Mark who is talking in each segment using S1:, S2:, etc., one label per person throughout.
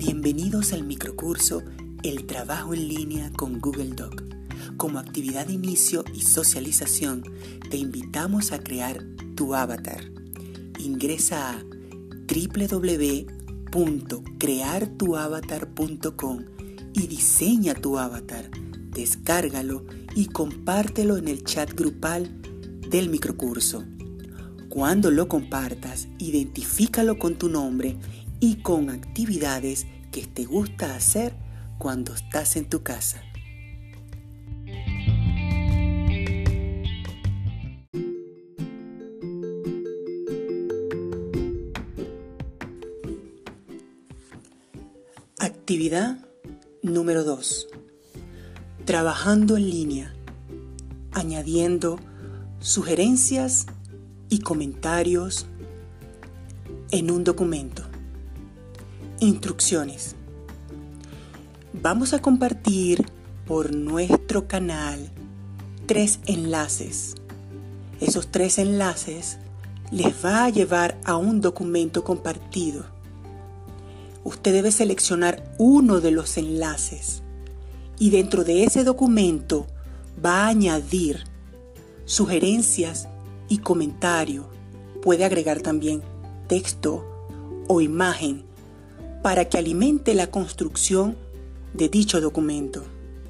S1: Bienvenidos al microcurso El trabajo en línea con Google Doc. Como actividad de inicio y socialización, te invitamos a crear tu avatar. Ingresa a www.creartuavatar.com y diseña tu avatar. Descárgalo y compártelo en el chat grupal del microcurso. Cuando lo compartas, identifícalo con tu nombre y con actividades que te gusta hacer cuando estás en tu casa. Actividad número 2. Trabajando en línea, añadiendo sugerencias y comentarios en un documento. Instrucciones. Vamos a compartir por nuestro canal 3 enlaces. Esos 3 enlaces les va a llevar a un documento compartido. Usted debe seleccionar uno de los enlaces y dentro de ese documento va a añadir sugerencias y comentarios. Puede agregar también texto o imagen para que alimente la construcción de dicho documento.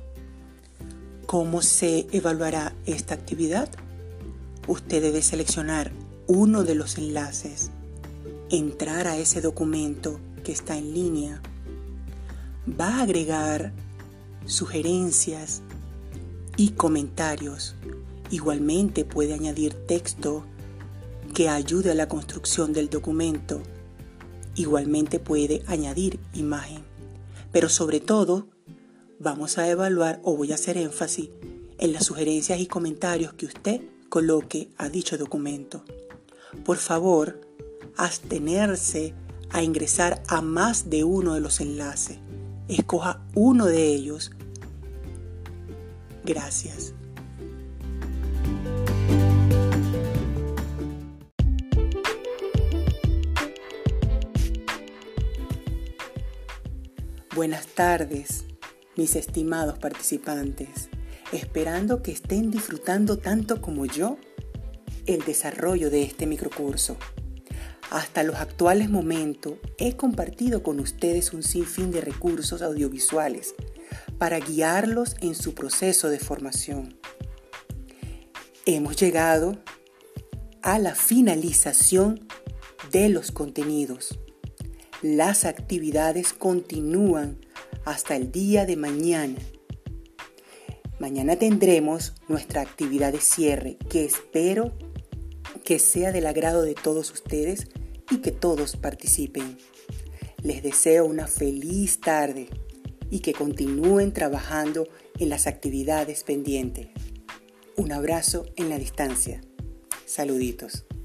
S1: ¿Cómo se evaluará esta actividad? Usted debe seleccionar uno de los enlaces, entrar a ese documento que está en línea, va a agregar sugerencias y comentarios. Igualmente puede añadir texto que ayude a la construcción del documento. Igualmente puede añadir imagen. Pero sobre todo, vamos a evaluar o voy a hacer énfasis en las sugerencias y comentarios que usted coloque a dicho documento. Por favor, abstenerse a ingresar a más de uno de los enlaces. Escoja uno de ellos. Gracias. Buenas tardes, mis estimados participantes. Esperando que estén disfrutando tanto como yo el desarrollo de este microcurso. Hasta los actuales momentos he compartido con ustedes un sinfín de recursos audiovisuales para guiarlos en su proceso de formación. Hemos llegado a la finalización de los contenidos. Las actividades continúan hasta el día de mañana. Mañana tendremos nuestra actividad de cierre, que espero que sea del agrado de todos ustedes y que todos participen. Les deseo una feliz tarde y que continúen trabajando en las actividades pendientes. Un abrazo en la distancia. Saluditos.